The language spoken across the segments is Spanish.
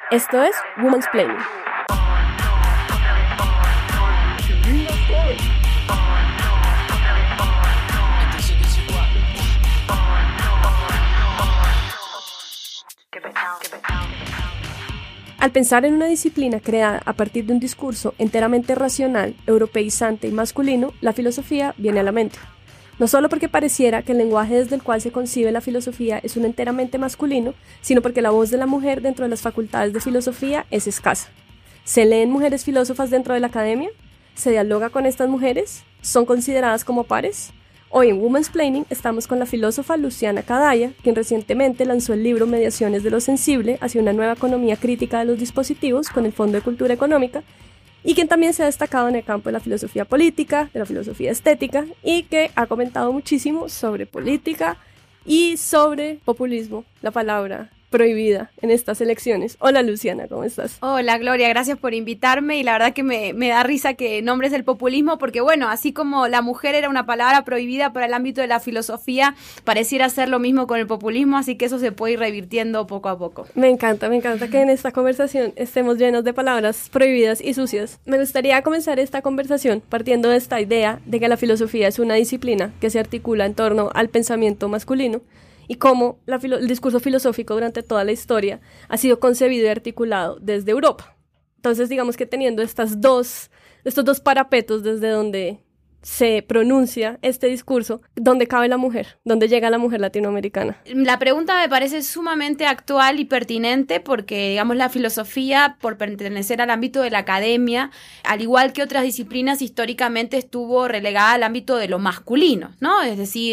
Esto es Women's Planning. Al pensar en una disciplina creada a partir de un discurso enteramente racional, europeizante y masculino, la filosofía viene a la mente. No solo porque pareciera que el lenguaje desde el cual se concibe la filosofía es un enteramente masculino, sino porque la voz de la mujer dentro de las facultades de filosofía es escasa. ¿Se leen mujeres filósofas dentro de la academia? ¿Se dialoga con estas mujeres? ¿Son consideradas como pares? Hoy en Women's Planning estamos con la filósofa Luciana Cadaya, quien recientemente lanzó el libro Mediaciones de lo Sensible hacia una nueva economía crítica de los dispositivos con el Fondo de Cultura Económica, y quien también se ha destacado en el campo de la filosofía política, de la filosofía estética, y que ha comentado muchísimo sobre política y sobre populismo, la palabra prohibida en estas elecciones. Hola Luciana, ¿cómo estás? Hola Gloria, gracias por invitarme y la verdad que me da risa que nombres el populismo porque bueno, así como la mujer era una palabra prohibida para el ámbito de la filosofía, pareciera ser lo mismo con el populismo, así que eso se puede ir revirtiendo poco a poco. Me encanta que en esta conversación estemos llenos de palabras prohibidas y sucias. Me gustaría comenzar esta conversación partiendo de esta idea de que la filosofía es una disciplina que se articula en torno al pensamiento masculino, y cómo el discurso filosófico durante toda la historia ha sido concebido y articulado desde Europa. Entonces, digamos que teniendo estos dos parapetos desde donde se pronuncia este discurso, ¿dónde cabe la mujer? ¿Dónde llega la mujer latinoamericana? La pregunta me parece sumamente actual y pertinente porque, digamos, la filosofía, por pertenecer al ámbito de la academia, al igual que otras disciplinas, históricamente estuvo relegada al ámbito de lo masculino, ¿no? Es decir,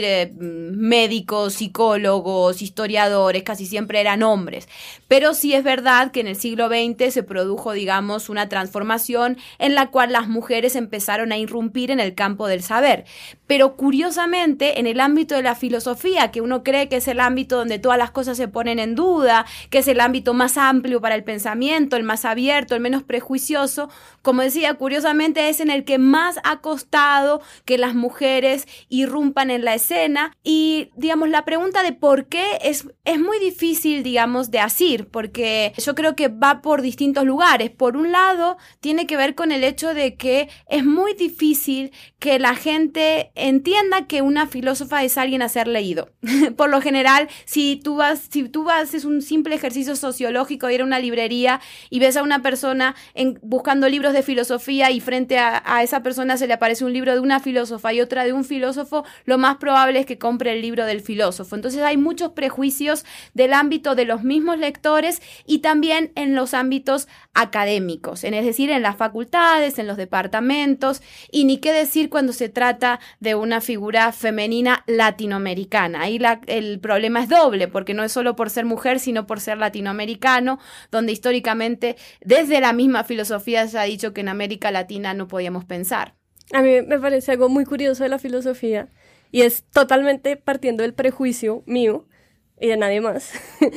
médicos, psicólogos, historiadores, casi siempre eran hombres. Pero sí es verdad que en el siglo XX se produjo, digamos, una transformación en la cual las mujeres empezaron a irrumpir en el campo del saber. Pero curiosamente, en el ámbito de la filosofía, que uno cree que es el ámbito donde todas las cosas se ponen en duda, que es el ámbito más amplio para el pensamiento, el más abierto, el menos prejuicioso, como decía, curiosamente es en el que más ha costado que las mujeres irrumpan en la escena. Y, digamos, la pregunta de por qué es muy difícil, digamos, de asir, porque yo creo que va por distintos lugares. Por un lado, tiene que ver con el hecho de que es muy difícil que la gente entienda que una filósofa es alguien a ser leído. Por lo general, si tú haces un simple ejercicio sociológico, ir a una librería y ves a una persona buscando libros de filosofía y frente a esa persona se le aparece un libro de una filósofa y otra de un filósofo, lo más probable es que compre el libro del filósofo. Entonces hay muchos prejuicios del ámbito de los mismos lectores y también en los ámbitos académicos, es decir, en las facultades, en los departamentos, y ni qué decir cuando se trata de una figura femenina latinoamericana. Ahí el problema es doble, porque no es solo por ser mujer, sino por ser latinoamericano, donde históricamente desde la misma filosofía se ha dicho que en América Latina no podíamos pensar. A mí me parece algo muy curioso de la filosofía, y es totalmente partiendo del prejuicio mío y de nadie más,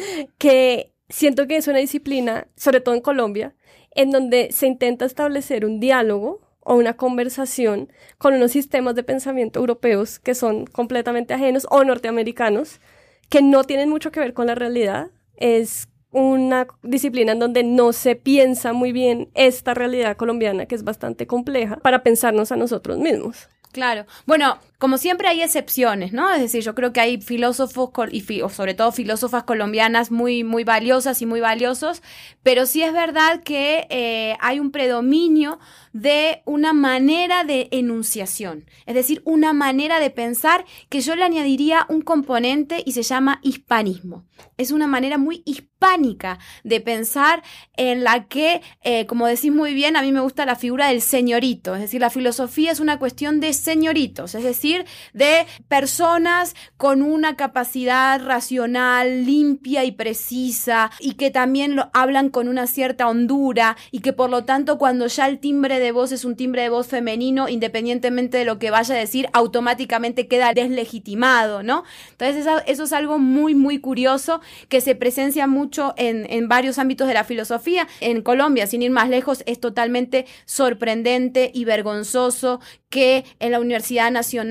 que siento que es una disciplina, sobre todo en Colombia, en donde se intenta establecer un diálogo o una conversación con unos sistemas de pensamiento europeos que son completamente ajenos o norteamericanos, que no tienen mucho que ver con la realidad. Es una disciplina en donde no se piensa muy bien esta realidad colombiana, que es bastante compleja, para pensarnos a nosotros mismos. Claro. Bueno, como siempre hay excepciones, ¿no? Es decir, yo creo que hay filósofos o sobre todo filósofas colombianas muy, muy valiosas y muy valiosos, pero sí es verdad que hay un predominio de una manera de enunciación, es decir, una manera de pensar que yo le añadiría un componente y se llama hispanismo. Es una manera muy hispánica de pensar en la que, como decís muy bien, a mí me gusta la figura del señorito, es decir, la filosofía es una cuestión de señoritos, es decir, de personas con una capacidad racional limpia y precisa y que también hablan con una cierta hondura y que por lo tanto cuando ya el timbre de voz es un timbre de voz femenino, independientemente de lo que vaya a decir, automáticamente queda deslegitimado, ¿no? Entonces eso es algo muy, muy curioso que se presencia mucho en varios ámbitos de la filosofía. En Colombia, sin ir más lejos, es totalmente sorprendente y vergonzoso que en la Universidad Nacional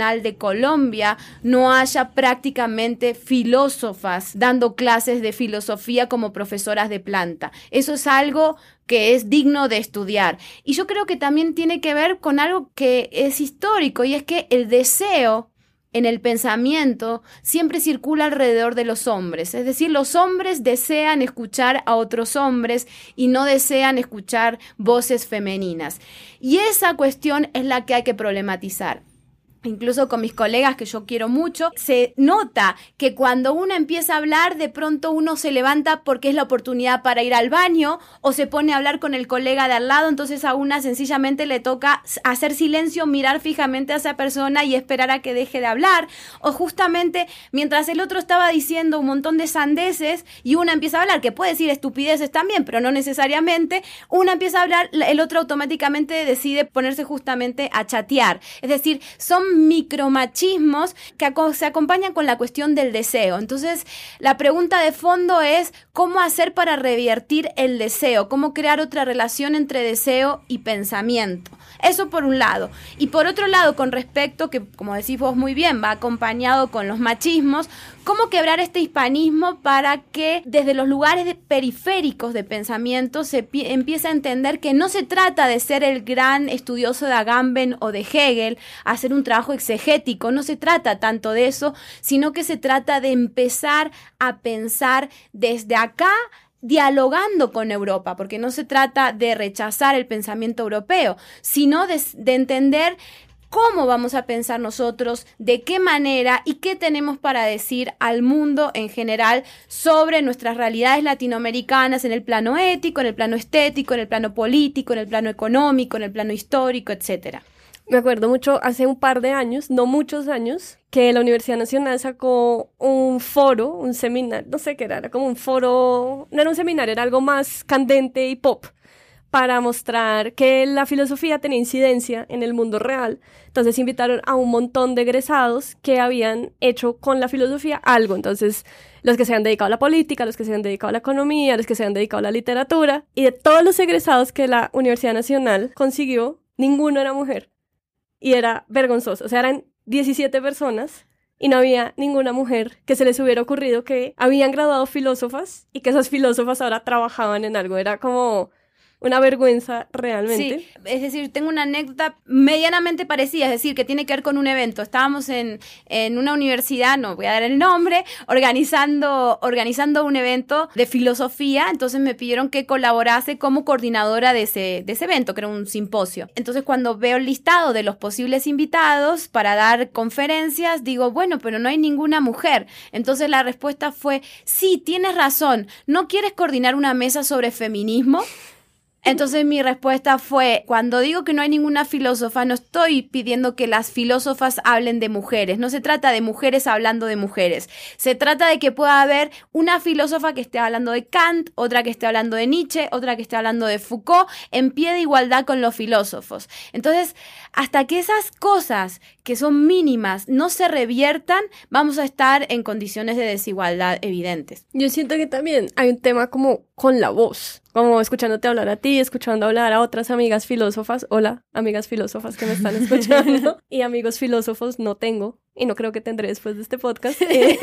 Nacional de Colombia no haya prácticamente filósofas dando clases de filosofía como profesoras de planta. Eso es algo que es digno de estudiar. Y yo creo que también tiene que ver con algo que es histórico, y es que el deseo en el pensamiento siempre circula alrededor de los hombres. Es decir, los hombres desean escuchar a otros hombres y no desean escuchar voces femeninas. Y esa cuestión es la que hay que problematizar. Incluso con mis colegas, que yo quiero mucho, se nota que cuando uno empieza a hablar, de pronto uno se levanta porque es la oportunidad para ir al baño, o se pone a hablar con el colega de al lado, entonces a una sencillamente le toca hacer silencio, mirar fijamente a esa persona y esperar a que deje de hablar, o justamente mientras el otro estaba diciendo un montón de sandeces y una empieza a hablar, que puede decir estupideces también, pero no necesariamente, una empieza a hablar, el otro automáticamente decide ponerse justamente a chatear. Es decir, son micromachismos que se acompañan con la cuestión del deseo. Entonces, la pregunta de fondo es cómo hacer para revertir el deseo, cómo crear otra relación entre deseo y pensamiento. Eso por un lado. Y por otro lado, con respecto, que como decís vos muy bien, va acompañado con los machismos, cómo quebrar este hispanismo para que desde los lugares periféricos de pensamiento se empiece a entender que no se trata de ser el gran estudioso de Agamben o de Hegel, hacer un trabajo exegético, no se trata tanto de eso, sino que se trata de empezar a pensar desde acá, dialogando con Europa, porque no se trata de rechazar el pensamiento europeo, sino de entender cómo vamos a pensar nosotros, de qué manera y qué tenemos para decir al mundo en general sobre nuestras realidades latinoamericanas en el plano ético, en el plano estético, en el plano político, en el plano económico, en el plano histórico, etcétera. Me acuerdo mucho, hace un par de años, no muchos años, que la Universidad Nacional sacó un foro, un seminario, no sé qué era como un foro, no era un seminario, era algo más candente y pop, para mostrar que la filosofía tenía incidencia en el mundo real. Entonces invitaron a un montón de egresados que habían hecho con la filosofía algo. Entonces, los que se han dedicado a la política, los que se han dedicado a la economía, los que se han dedicado a la literatura. Y de todos los egresados que la Universidad Nacional consiguió, ninguno era mujer. Y era vergonzoso. O sea, eran 17 personas y no había ninguna mujer que se les hubiera ocurrido que habían graduado filósofas y que esas filósofas ahora trabajaban en algo. Era como una vergüenza realmente. Sí, es decir, tengo una anécdota medianamente parecida, es decir, que tiene que ver con un evento. Estábamos en una universidad, no voy a dar el nombre, organizando un evento de filosofía, entonces me pidieron que colaborase como coordinadora de ese evento, que era un simposio. Entonces, cuando veo el listado de los posibles invitados para dar conferencias, digo, bueno, pero no hay ninguna mujer. Entonces la respuesta fue, sí, tienes razón, ¿no quieres coordinar una mesa sobre feminismo? Entonces mi respuesta fue, cuando digo que no hay ninguna filósofa, no estoy pidiendo que las filósofas hablen de mujeres, no se trata de mujeres hablando de mujeres, se trata de que pueda haber una filósofa que esté hablando de Kant, otra que esté hablando de Nietzsche, otra que esté hablando de Foucault, en pie de igualdad con los filósofos. Entonces, hasta que esas cosas que son mínimas no se reviertan, vamos a estar en condiciones de desigualdad evidentes. Yo siento que también hay un tema como con la voz, como escuchándote hablar a ti, escuchando hablar a otras amigas filósofas. Hola, amigas filósofas que me están escuchando. Y amigos filósofos no tengo, y no creo que tendré después de este podcast.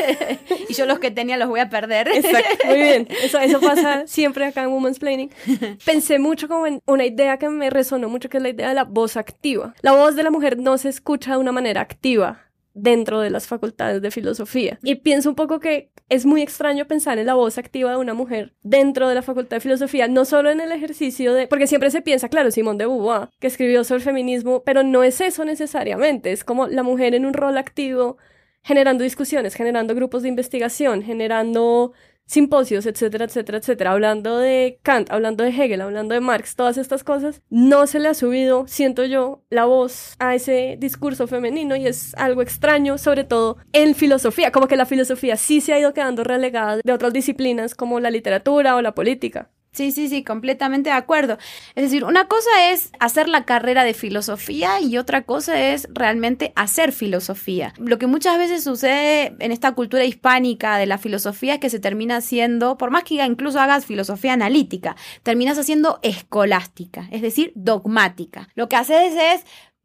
Y yo los que tenía los voy a perder. Exacto, muy bien. Eso pasa siempre acá en Women's Planning. Pensé mucho como en una idea que me resonó mucho, que es la idea de la voz activa. La voz de la mujer no se escucha de una manera activa dentro de las facultades de filosofía. Y pienso un poco que es muy extraño pensar en la voz activa de una mujer dentro de la facultad de filosofía, no solo en el ejercicio de... Porque siempre se piensa, claro, Simone de Beauvoir, que escribió sobre feminismo, pero no es eso necesariamente, es como la mujer en un rol activo, generando discusiones, generando grupos de investigación, generando simposios, etcétera, etcétera, etcétera, hablando de Kant, hablando de Hegel, hablando de Marx, todas estas cosas, no se le ha subido, siento yo, la voz a ese discurso femenino, y es algo extraño, sobre todo en filosofía, como que la filosofía sí se ha ido quedando relegada de otras disciplinas como la literatura o la política. Sí, completamente de acuerdo. Es decir, una cosa es hacer la carrera de filosofía y otra cosa es realmente hacer filosofía. Lo que muchas veces sucede en esta cultura hispánica de la filosofía es que se termina haciendo, por más que incluso hagas filosofía analítica, terminas haciendo escolástica, es decir, dogmática. Lo que haces es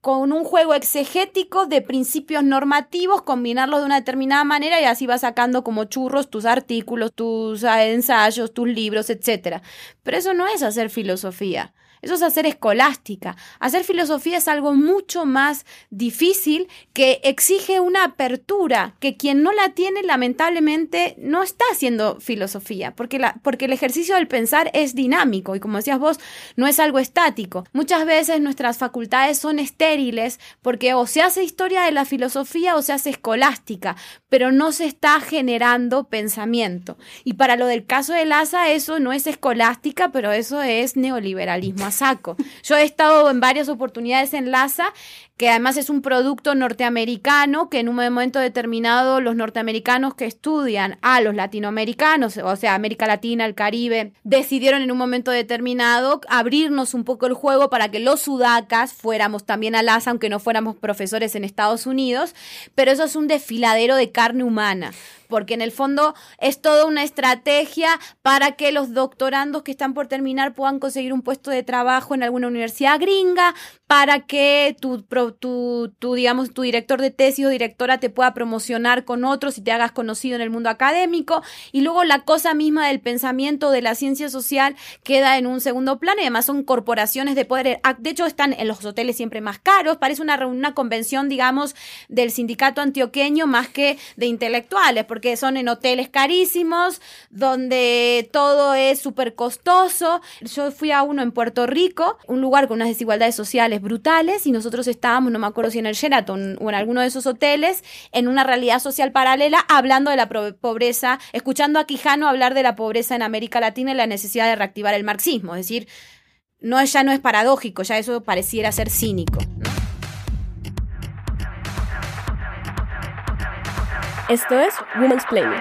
con un juego exegético de principios normativos, combinarlos de una determinada manera y así vas sacando como churros tus artículos, tus ensayos, tus libros, etc. Pero eso no es hacer filosofía. Eso es hacer escolástica. Hacer filosofía es algo mucho más difícil que exige una apertura, que quien no la tiene lamentablemente no está haciendo filosofía, porque el ejercicio del pensar es dinámico y como decías vos, no es algo estático. Muchas veces nuestras facultades son estériles porque o se hace historia de la filosofía o se hace escolástica, pero no se está generando pensamiento. Y para lo del caso de Lassa, eso no es escolástica, pero eso es neoliberalismo a saco. Yo he estado en varias oportunidades en Lassa, que además es un producto norteamericano, que en un momento determinado los norteamericanos que estudian a los latinoamericanos, o sea, América Latina, el Caribe, decidieron en un momento determinado abrirnos un poco el juego para que los sudacas fuéramos también a Lassa, aunque no fuéramos profesores en Estados Unidos, pero eso es un desfiladero de carne humana, porque en el fondo es toda una estrategia para que los doctorandos que están por terminar puedan conseguir un puesto de trabajo en alguna universidad gringa, para que tu director de tesis o directora te pueda promocionar con otros y te hagas conocido en el mundo académico, y luego la cosa misma del pensamiento de la ciencia social queda en un segundo plano, y además son corporaciones de poder. De hecho, están en los hoteles siempre más caros, parece una convención, digamos, del sindicato antioqueño más que de intelectuales, porque son en hoteles carísimos, donde todo es súper costoso. Yo fui a uno en Puerto Rico, un lugar con unas desigualdades sociales brutales, y nosotros estábamos, no me acuerdo si en el Sheraton o en alguno de esos hoteles, en una realidad social paralela, hablando de la pobreza, escuchando a Quijano hablar de la pobreza en América Latina y la necesidad de reactivar el marxismo. Es decir, ya no es paradójico, ya eso pareciera ser cínico, ¿no? Esto es Women's Planning.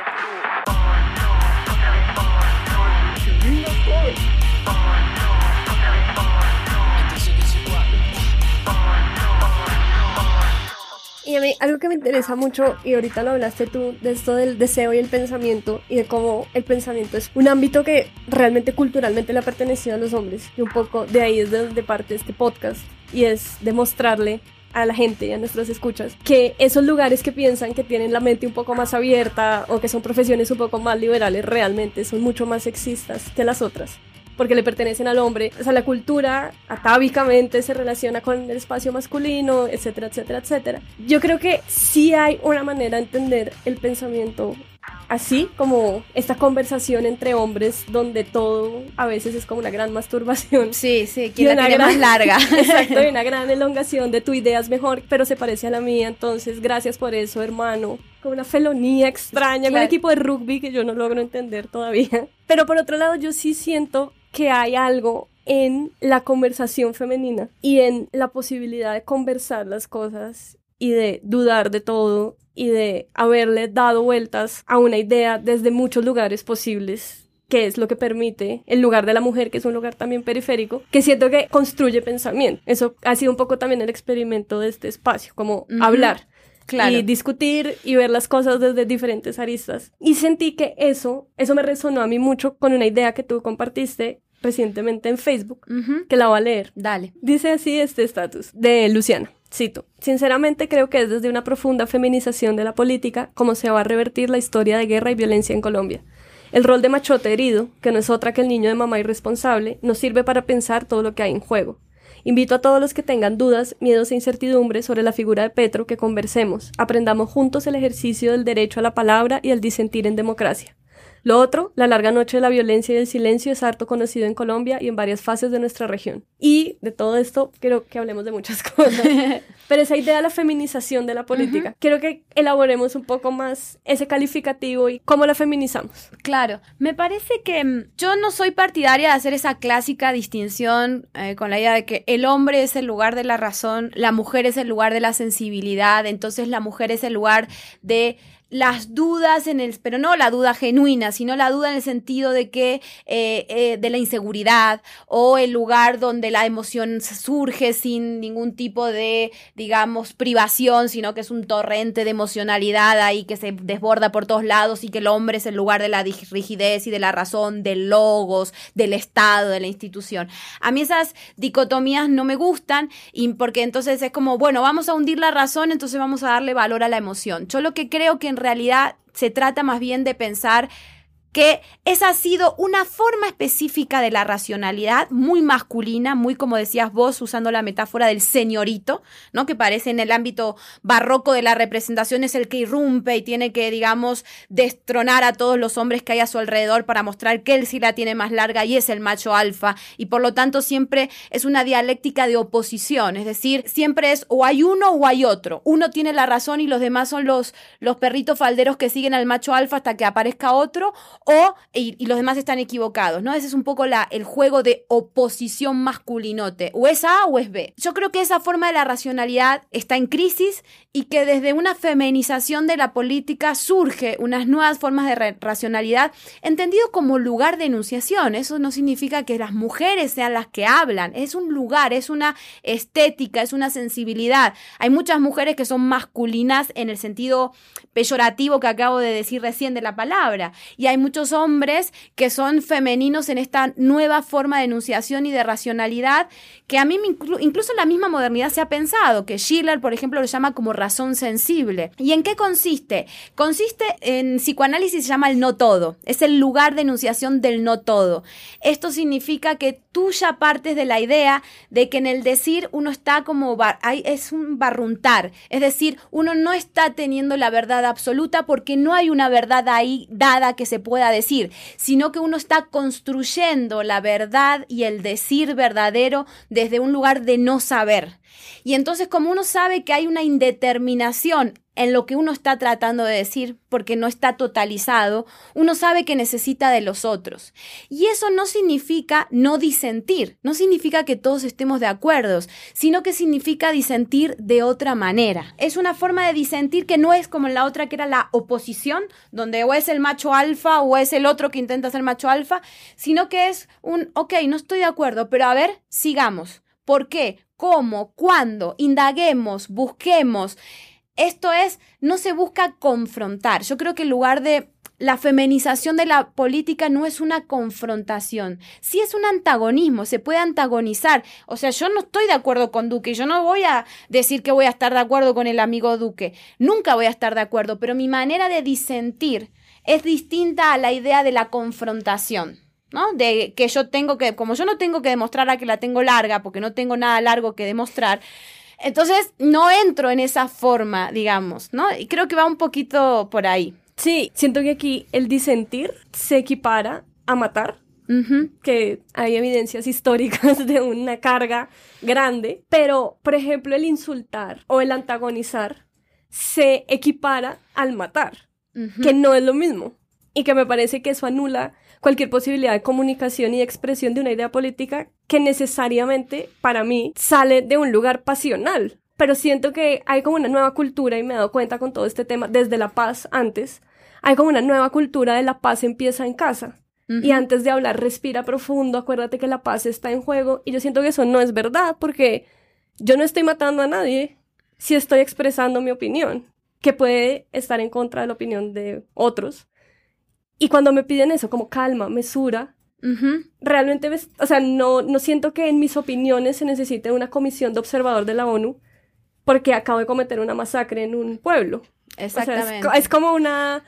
Y a mí algo que me interesa mucho, y ahorita lo hablaste tú, de esto del deseo y el pensamiento, y de cómo el pensamiento es un ámbito que realmente culturalmente le ha pertenecido a los hombres, y un poco de ahí es de donde parte este podcast, y es demostrarle a la gente y a nuestros escuchas que esos lugares que piensan que tienen la mente un poco más abierta o que son profesiones un poco más liberales realmente son mucho más sexistas que las otras, porque le pertenecen al hombre. O sea, la cultura atávicamente se relaciona con el espacio masculino, etcétera, etcétera, etcétera. Yo creo que sí hay una manera de entender el pensamiento así, como esta conversación entre hombres donde todo a veces es como una gran masturbación. Sí, quien la tiene más larga. Exacto, y una gran elongación de tu idea es mejor, pero se parece a la mía, entonces gracias por eso, hermano. Como una felonía extraña, claro. Un equipo de rugby que yo no logro entender todavía. Pero por otro lado, yo sí siento que hay algo en la conversación femenina y en la posibilidad de conversar las cosas y de dudar de todo y de haberle dado vueltas a una idea desde muchos lugares posibles, que es lo que permite el lugar de la mujer, que es un lugar también periférico, que siento que construye pensamiento. Eso ha sido un poco también el experimento de este espacio, como hablar. Claro. Y discutir y ver las cosas desde diferentes aristas. Y sentí que eso me resonó a mí mucho con una idea que tú compartiste recientemente en Facebook, que la voy a leer. Dale. Dice así este estatus de Luciana. Cito: sinceramente creo que es desde una profunda feminización de la política como se va a revertir la historia de guerra y violencia en Colombia. El rol de machote herido, que no es otra que el niño de mamá irresponsable, nos sirve para pensar todo lo que hay en juego. Invito a todos los que tengan dudas, miedos e incertidumbres sobre la figura de Petro que conversemos, aprendamos juntos el ejercicio del derecho a la palabra y el disentir en democracia. Lo otro, la larga noche de la violencia y del silencio es harto conocido en Colombia y en varias fases de nuestra región. Y de todo esto, quiero que hablemos de muchas cosas. Pero esa idea de la feminización de la política, quiero que elaboremos un poco más ese calificativo y cómo la feminizamos. Claro, me parece que yo no soy partidaria de hacer esa clásica distinción con la idea de que el hombre es el lugar de la razón, la mujer es el lugar de la sensibilidad, entonces la mujer es el lugar de las dudas pero no la duda genuina, sino la duda en el sentido de que de la inseguridad, o el lugar donde la emoción surge sin ningún tipo de, digamos, privación, sino que es un torrente de emocionalidad ahí que se desborda por todos lados, y que el hombre es el lugar de la rigidez y de la razón, del logos, del Estado, de la institución. A mí esas dicotomías no me gustan, y porque entonces es como, bueno, vamos a hundir la razón, entonces vamos a darle valor a la emoción. Yo lo que creo que en realidad se trata más bien de pensar que esa ha sido una forma específica de la racionalidad, muy masculina, muy, como decías vos, usando la metáfora del señorito, ¿no? Que parece en el ámbito barroco de la representación es el que irrumpe y tiene que, digamos, destronar a todos los hombres que hay a su alrededor para mostrar que él sí la tiene más larga y es el macho alfa, y por lo tanto siempre es una dialéctica de oposición, es decir, siempre es o hay uno o hay otro. Uno tiene la razón y los demás son los perritos falderos que siguen al macho alfa hasta que aparezca otro, y los demás están equivocados, ¿no? Ese es un poco el juego de oposición masculinote, o es A o es B. Yo creo que esa forma de la racionalidad está en crisis, y que desde una feminización de la política surge unas nuevas formas de racionalidad, entendido como lugar de enunciación. Eso no significa que las mujeres sean las que hablan, es un lugar, es una estética, es una sensibilidad. Hay muchas mujeres que son masculinas en el sentido peyorativo que acabo de decir recién de la palabra, y hay muchos hombres que son femeninos en esta nueva forma de enunciación y de racionalidad, que a mí incluso en la misma modernidad se ha pensado, que Schiller, por ejemplo, lo llama como razón sensible. ¿Y en qué consiste? Consiste en psicoanálisis, se llama el no todo, es el lugar de enunciación del no todo. Esto significa que tú ya partes de la idea de que en el decir uno está como, es un barruntar, es decir, uno no está teniendo la verdad absoluta porque no hay una verdad ahí dada que se pueda decir, sino que uno está construyendo la verdad y el decir verdadero desde un lugar de no saber. Y entonces, como uno sabe que hay una indeterminación en lo que uno está tratando de decir, porque no está totalizado, uno sabe que necesita de los otros. Y eso no significa no disentir, no significa que todos estemos de acuerdo, sino que significa disentir de otra manera. Es una forma de disentir que no es como la otra, que era la oposición, donde o es el macho alfa o es el otro que intenta ser macho alfa, sino que es ok, no estoy de acuerdo, pero a ver, sigamos. ¿Por qué? ¿Cómo? ¿Cuándo? Indaguemos, busquemos. Esto no se busca confrontar. Yo creo que en lugar de la feminización de la política no es una confrontación, sí es un antagonismo, se puede antagonizar. O sea, yo no estoy de acuerdo con Duque, yo no voy a decir que voy a estar de acuerdo con el amigo Duque, nunca voy a estar de acuerdo, pero mi manera de disentir es distinta a la idea de la confrontación, ¿no? De que como yo no tengo que demostrar a que la tengo larga, porque no tengo nada largo que demostrar, entonces no entro en esa forma, digamos, ¿no? Y creo que va un poquito por ahí. Sí, siento que aquí el disentir se equipara a matar, que hay evidencias históricas de una carga grande, pero, por ejemplo, el insultar o el antagonizar se equipara al matar, que no es lo mismo, y que me parece que eso anula cualquier posibilidad de comunicación y de expresión de una idea política que necesariamente, para mí, sale de un lugar pasional. Pero siento que hay como una nueva cultura, y me he dado cuenta con todo este tema, desde la paz antes, hay como una nueva cultura de la paz empieza en casa. Y antes de hablar, respira profundo, acuérdate que la paz está en juego. Y yo siento que eso no es verdad, porque yo no estoy matando a nadie si estoy expresando mi opinión, que puede estar en contra de la opinión de otros. Y cuando me piden eso, como calma, mesura, realmente, no siento que en mis opiniones se necesite una comisión de observador de la ONU porque acabo de cometer una masacre en un pueblo. Exactamente. O sea, es como una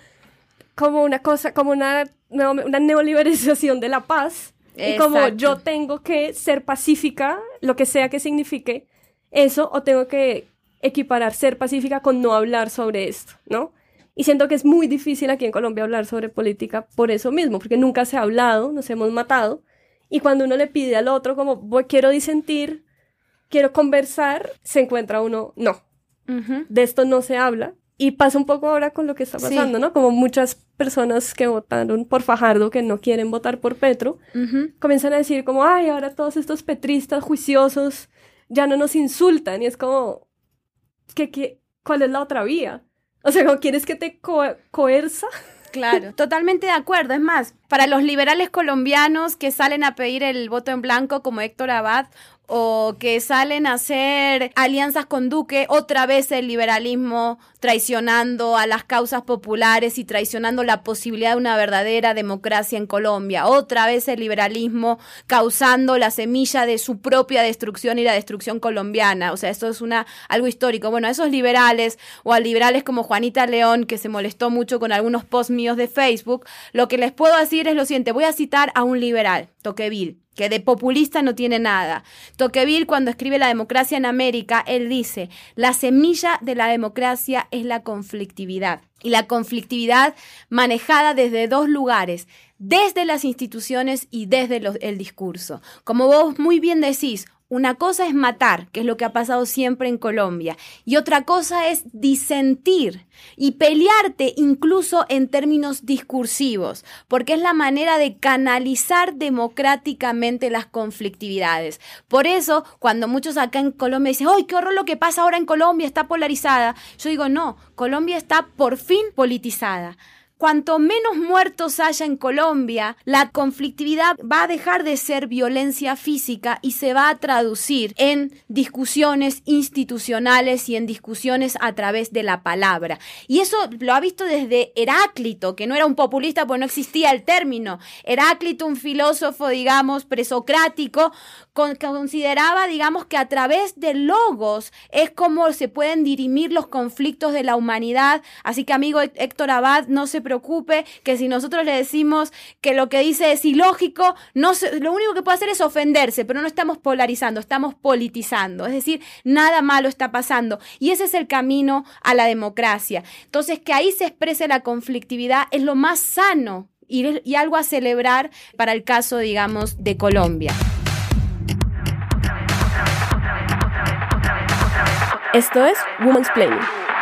neoliberalización de la paz. Y como yo tengo que ser pacífica, lo que sea que signifique eso, o tengo que equiparar ser pacífica con no hablar sobre esto, ¿no? Y siento que es muy difícil aquí en Colombia hablar sobre política por eso mismo, porque nunca se ha hablado, nos hemos matado, y cuando uno le pide al otro como, quiero disentir, quiero conversar, se encuentra uno, no, de esto no se habla, y pasa un poco ahora con lo que está pasando, ¿no? Como muchas personas que votaron por Fajardo, que no quieren votar por Petro, comienzan a decir como, ay, ahora todos estos petristas juiciosos ya no nos insultan, y es como, ¿cuál es la otra vía? O sea, ¿cómo quieres que te coerza? Claro, totalmente de acuerdo. Es más, para los liberales colombianos que salen a pedir el voto en blanco como Héctor Abad o que salen a hacer alianzas con Duque, otra vez el liberalismo traicionando a las causas populares y traicionando la posibilidad de una verdadera democracia en Colombia. Otra vez el liberalismo causando la semilla de su propia destrucción y la destrucción colombiana. O sea, esto es algo histórico. Bueno, a esos liberales o a liberales como Juanita León, que se molestó mucho con algunos posts míos de Facebook, lo que les puedo decir es lo siguiente. Voy a citar a un liberal, Tocqueville, que de populista no tiene nada. Tocqueville, cuando escribe La democracia en América, él dice, la semilla de la democracia es la conflictividad. Y la conflictividad manejada desde dos lugares, desde las instituciones y desde el discurso. Como vos muy bien decís, una cosa es matar, que es lo que ha pasado siempre en Colombia, y otra cosa es disentir y pelearte incluso en términos discursivos, porque es la manera de canalizar democráticamente las conflictividades. Por eso, cuando muchos acá en Colombia dicen, ¡ay, qué horror lo que pasa ahora en Colombia, está polarizada! Yo digo, no, Colombia está por fin politizada. Cuanto menos muertos haya en Colombia, la conflictividad va a dejar de ser violencia física y se va a traducir en discusiones institucionales y en discusiones a través de la palabra. Y eso lo ha visto desde Heráclito, que no era un populista porque no existía el término. Heráclito, un filósofo, digamos, presocrático, consideraba, digamos, que a través de logos es como se pueden dirimir los conflictos de la humanidad. Así que, amigo Héctor Abad, no se preocupe, que si nosotros le decimos que lo que dice es ilógico, lo único que puede hacer es ofenderse, pero no estamos polarizando, estamos politizando. Es decir, nada malo está pasando. Y ese es el camino a la democracia. Entonces, que ahí se exprese la conflictividad es lo más sano y algo a celebrar para el caso, digamos, de Colombia. Esto es Women's Planning.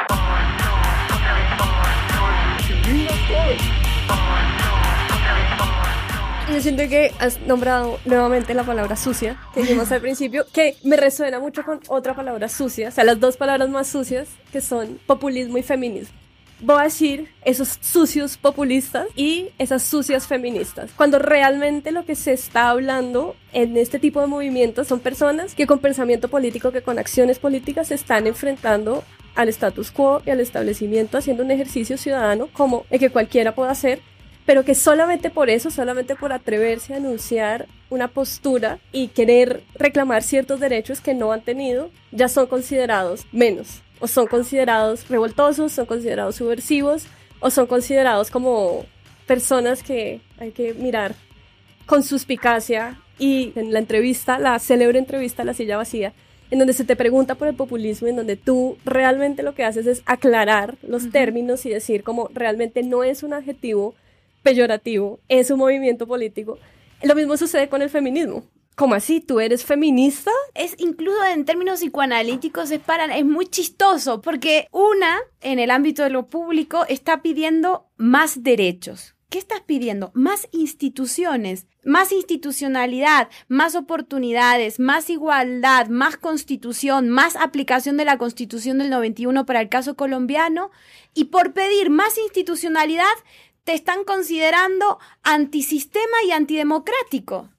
Yo siento que has nombrado nuevamente la palabra sucia, que dijimos al principio, que me resuena mucho con otra palabra sucia, o sea, las dos palabras más sucias, que son populismo y feminismo. Voy a decir esos sucios populistas y esas sucias feministas, cuando realmente lo que se está hablando en este tipo de movimientos son personas que con pensamiento político, que con acciones políticas se están enfrentando al status quo y al establecimiento, haciendo un ejercicio ciudadano como el que cualquiera pueda hacer, pero que solamente por eso, solamente por atreverse a anunciar una postura y querer reclamar ciertos derechos que no han tenido, ya son considerados menos. O son considerados revoltosos, son considerados subversivos, o son considerados como personas que hay que mirar con suspicacia. Y en la entrevista, la célebre entrevista La Silla Vacía, en donde se te pregunta por el populismo, en donde tú realmente lo que haces es aclarar los términos y decir como realmente no es un adjetivo peyorativo, es un movimiento político. Lo mismo sucede con el feminismo. ¿Cómo así? ¿Tú eres feminista? Es incluso en términos psicoanalíticos es muy chistoso porque en el ámbito de lo público está pidiendo más derechos. ¿Qué estás pidiendo? Más instituciones, más institucionalidad, más oportunidades, más igualdad, más constitución, más aplicación de la Constitución del 91 para el caso colombiano. Y por pedir más institucionalidad te están considerando antisistema y antidemocrático.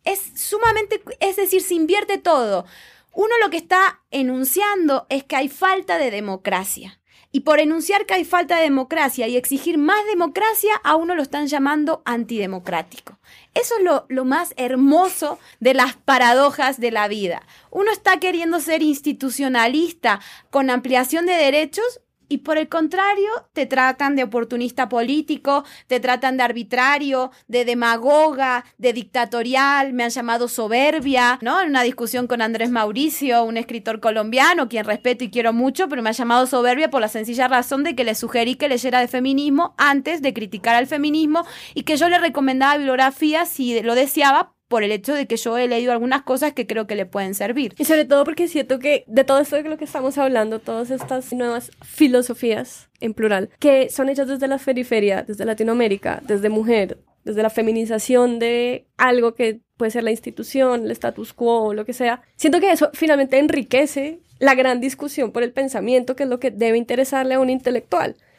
Es decir, se invierte todo. Uno lo que está enunciando es que hay falta de democracia. Y por enunciar que hay falta de democracia y exigir más democracia, a uno lo están llamando antidemocrático. Eso es lo más hermoso de las paradojas de la vida. Uno está queriendo ser institucionalista con ampliación de derechos, y por el contrario, te tratan de oportunista político, te tratan de arbitrario, de demagoga, de dictatorial, me han llamado soberbia, ¿no? En una discusión con Andrés Mauricio, un escritor colombiano, quien respeto y quiero mucho, pero me ha llamado soberbia por la sencilla razón de que le sugerí que leyera de feminismo antes de criticar al feminismo y que yo le recomendaba bibliografía si lo deseaba, por el hecho de que yo he leído algunas cosas que creo que le pueden servir. Y sobre todo porque siento que de todo esto de lo que estamos hablando, todas estas nuevas filosofías, en plural, que son hechas desde la periferia, desde Latinoamérica, desde mujer, desde la feminización de algo que puede ser la institución, el status quo, lo que sea, siento que eso finalmente enriquece la gran discusión por el pensamiento, que es lo que debe interesarle a un intelectual.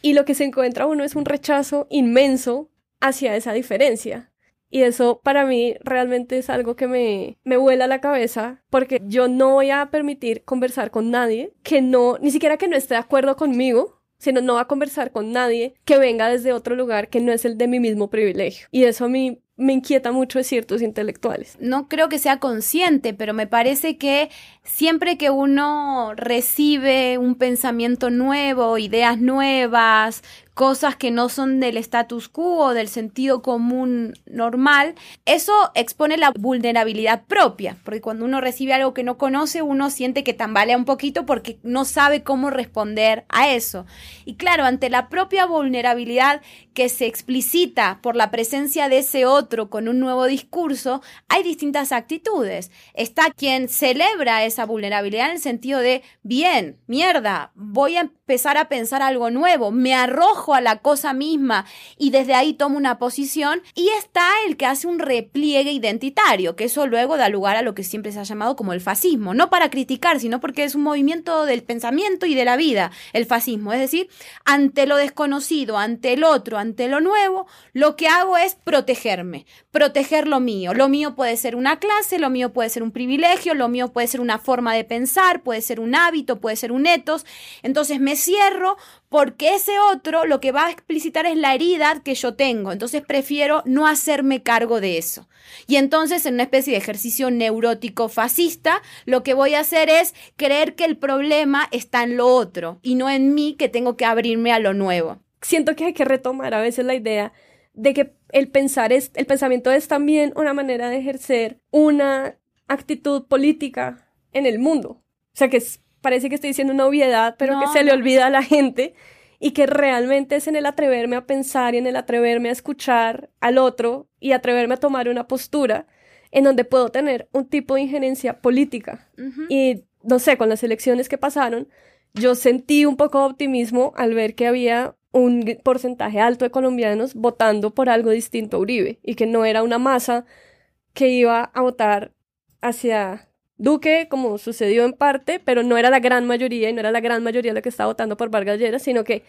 y lo que se encuentra uno es un rechazo inmenso hacia esa diferencia. Y eso para mí realmente es algo que me vuela la cabeza, porque yo no voy a permitir conversar con nadie que no, ni siquiera que no esté de acuerdo conmigo, sino no va a conversar con nadie que venga desde otro lugar que no es el de mi mismo privilegio. Y eso a mí me inquieta mucho de ciertos intelectuales. No creo que sea consciente, pero me parece que siempre que uno recibe un pensamiento nuevo, ideas nuevas, cosas que no son del status quo, del sentido común normal, eso expone la vulnerabilidad propia, porque cuando uno recibe algo que no conoce, uno siente que tambalea un poquito porque no sabe cómo responder a eso. Y claro, ante la propia vulnerabilidad que se explicita por la presencia de ese otro con un nuevo discurso, hay distintas actitudes. Está quien celebra esa vulnerabilidad en el sentido de, bien, mierda, voy a empezar a pensar algo nuevo, me arrojo a la cosa misma y desde ahí tomo una posición, y está el que hace un repliegue identitario, que eso luego da lugar a lo que siempre se ha llamado como el fascismo, no para criticar, sino porque es un movimiento del pensamiento y de la vida, el fascismo, es decir, ante lo desconocido, ante el otro, ante lo nuevo, lo que hago es protegerme, proteger lo mío puede ser una clase, lo mío puede ser un privilegio, lo mío puede ser una forma de pensar, puede ser un hábito, puede ser un ethos, entonces me cierro porque ese otro lo que va a explicitar es la herida que yo tengo, entonces prefiero no hacerme cargo de eso. Y entonces en una especie de ejercicio neurótico fascista, lo que voy a hacer es creer que el problema está en lo otro y no en mí, que tengo que abrirme a lo nuevo. Siento que hay que retomar a veces la idea de que el pensamiento es también una manera de ejercer una actitud política en el mundo. O sea, que parece que estoy diciendo una obviedad, pero que se le olvida a la gente, y que realmente es en el atreverme a pensar y en el atreverme a escuchar al otro y atreverme a tomar una postura en donde puedo tener un tipo de injerencia política. Uh-huh. Y no sé, con las elecciones que pasaron, yo sentí un poco de optimismo al ver que había un porcentaje alto de colombianos votando por algo distinto a Uribe, y que no era una masa que iba a votar hacia Duque, como sucedió en parte, pero no era la gran mayoría, y no era la gran mayoría la que estaba votando por Vargas Lleras, sino que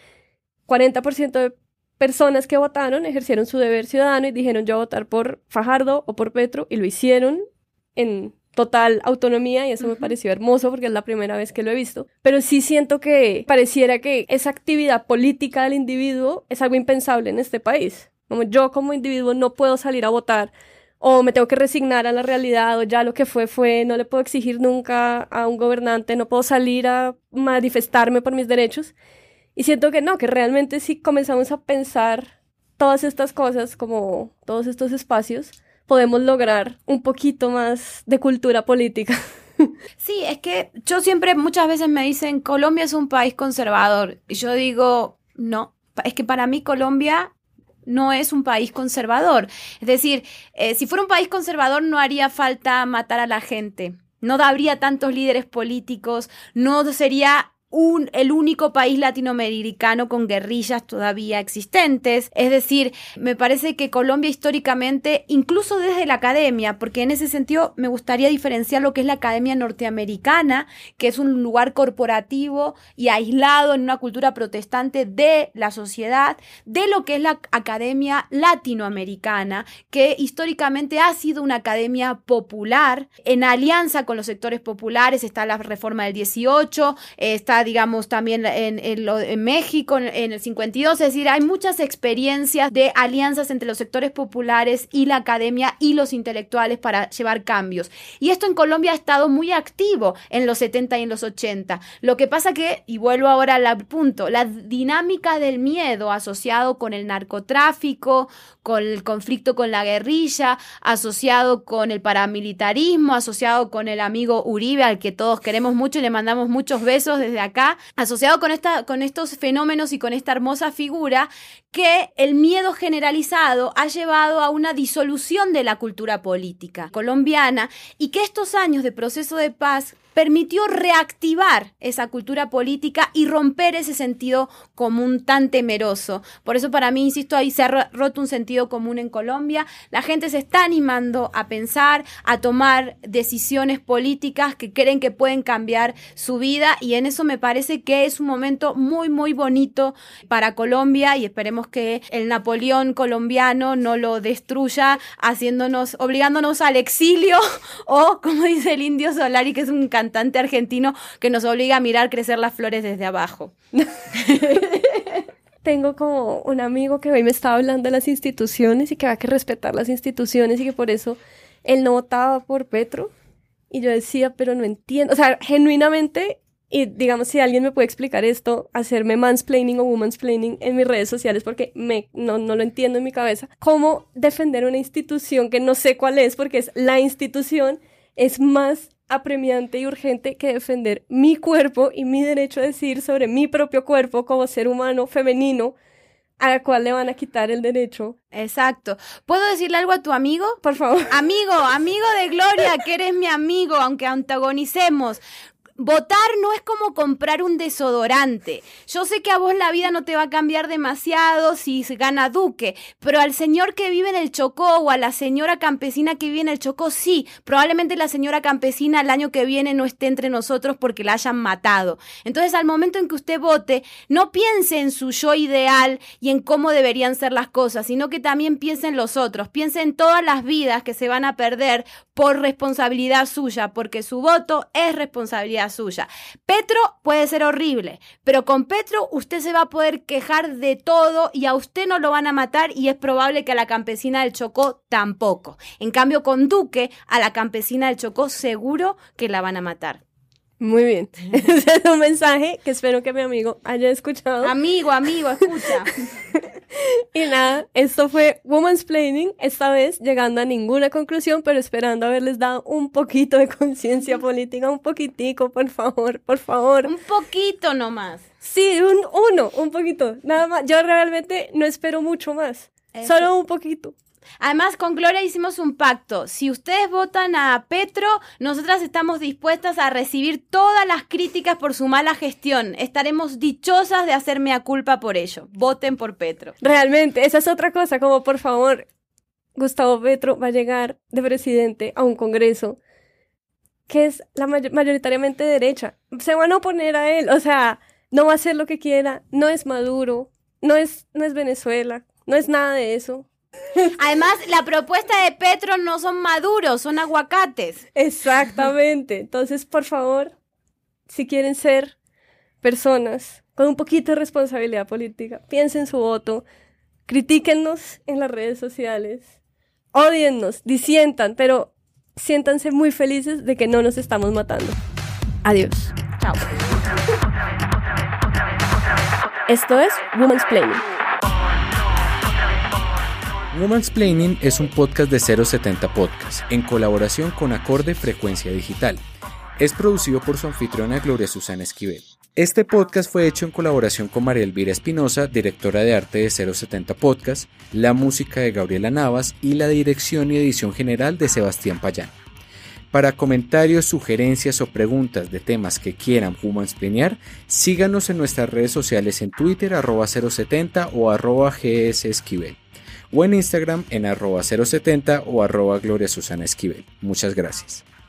40% de personas que votaron ejercieron su deber ciudadano y dijeron: yo voy a votar por Fajardo o por Petro, y lo hicieron en total autonomía, y eso me pareció hermoso porque es la primera vez que lo he visto. Pero sí siento que pareciera que esa actividad política del individuo es algo impensable en este país. Como yo como individuo no puedo salir a votar, o me tengo que resignar a la realidad, o ya lo que fue, no le puedo exigir nunca a un gobernante, no puedo salir a manifestarme por mis derechos. Y siento que no, que realmente si comenzamos a pensar todas estas cosas, como todos estos espacios, podemos lograr un poquito más de cultura política. Sí, es que yo siempre, muchas veces me dicen, Colombia es un país conservador. Y yo digo, no, es que para mí Colombia no es un país conservador. Es decir, si fuera un país conservador no haría falta matar a la gente. No habría tantos líderes políticos, no sería el único país latinoamericano con guerrillas todavía existentes. Es decir, me parece que Colombia históricamente, incluso desde la academia, porque en ese sentido me gustaría diferenciar lo que es la academia norteamericana, que es un lugar corporativo y aislado en una cultura protestante de la sociedad, de lo que es la academia latinoamericana, que históricamente ha sido una academia popular, en alianza con los sectores populares. Está la reforma del 18, está digamos también en México en el 52, es decir, hay muchas experiencias de alianzas entre los sectores populares y la academia y los intelectuales para llevar cambios. Y esto en Colombia ha estado muy activo en los 70 y en los 80. Lo que pasa que, y vuelvo ahora al punto, la dinámica del miedo asociado con el narcotráfico, con el conflicto con la guerrilla, asociado con el paramilitarismo, asociado con el amigo Uribe, al que todos queremos mucho y le mandamos muchos besos desde acá, asociado con estos fenómenos y con esta hermosa figura, que el miedo generalizado ha llevado a una disolución de la cultura política colombiana, y que estos años de proceso de paz permitió reactivar esa cultura política y romper ese sentido común tan temeroso. Por eso para mí, insisto, ahí se ha roto un sentido común en Colombia. La gente se está animando a pensar, a tomar decisiones políticas que creen que pueden cambiar su vida, y en eso me parece que es un momento muy, muy bonito para Colombia, y esperemos que el Napoleón colombiano no lo destruya obligándonos al exilio, o como dice el Indio Solari, que es un cantante argentino, que nos obliga a mirar crecer las flores desde abajo. Tengo como un amigo que hoy me estaba hablando de las instituciones y que hay que respetar las instituciones y que por eso él no votaba por Petro. Y yo decía, pero no entiendo. O sea, genuinamente, y digamos, si alguien me puede explicar esto, hacerme mansplaining o womansplaining en mis redes sociales, porque no lo entiendo en mi cabeza. ¿Cómo defender una institución que no sé cuál es, porque es la institución, es más apremiante y urgente que defender mi cuerpo y mi derecho a decidir sobre mi propio cuerpo como ser humano femenino, al cual le van a quitar el derecho? Exacto. ¿Puedo decirle algo a tu amigo? Por favor. Amigo de Gloria, que eres mi amigo, aunque antagonicemos. Votar no es como comprar un desodorante. Yo sé que a vos la vida no te va a cambiar demasiado si se gana Duque, pero al señor que vive en el Chocó o a la señora campesina que vive en el Chocó, sí, probablemente la señora campesina el año que viene no esté entre nosotros porque la hayan matado. Entonces, al momento en que usted vote, no piense en su yo ideal y en cómo deberían ser las cosas, sino que también piense en los otros, piense en todas las vidas que se van a perder por responsabilidad suya, porque su voto es responsabilidad suya. Petro puede ser horrible, pero con Petro usted se va a poder quejar de todo y a usted no lo van a matar, y es probable que a la campesina del Chocó tampoco. En cambio, con Duque, a la campesina del Chocó seguro que la van a matar. Muy bien. Ese es un mensaje que espero que mi amigo haya escuchado. Amigo, escucha. Y nada, esto fue Womansplaining, esta vez llegando a ninguna conclusión, pero esperando haberles dado un poquito de conciencia política, un poquitico, por favor. Un poquito nomás. Sí, un poquito, nada más. Yo realmente no espero mucho más, solo un poquito. Además, con Gloria hicimos un pacto. Si ustedes votan a Petro, nosotras estamos dispuestas a recibir todas las críticas por su mala gestión. Estaremos dichosas de hacer mea culpa por ello. Voten por Petro. Realmente, esa es otra cosa, como por favor, Gustavo Petro va a llegar de presidente a un congreso que es mayoritariamente derecha. Se van a oponer a él, o sea, no va a hacer lo que quiera, no es Maduro, no es Venezuela, no es nada de eso. Además, la propuesta de Petro no son maduros, son aguacates. Exactamente. Entonces, por favor, si quieren ser personas con un poquito de responsabilidad política, piensen su voto, critíquennos en las redes sociales, ódiennos, disientan, pero siéntanse muy felices de que no nos estamos matando. Adiós. Chao. Esto es Womansplaining. Womansplaining es un podcast de 070 Podcast, en colaboración con Acorde Frecuencia Digital. Es producido por su anfitriona Gloria Susana Esquivel. Este podcast fue hecho en colaboración con María Elvira Espinosa, directora de arte de 070 Podcast, la música de Gabriela Navas y la dirección y edición general de Sebastián Payán. Para comentarios, sugerencias o preguntas de temas que quieran womansplainear, síganos en nuestras redes sociales en Twitter @070 o @gsesquivel. O en Instagram en @070 o @Gloria Susana Esquivel. Muchas gracias.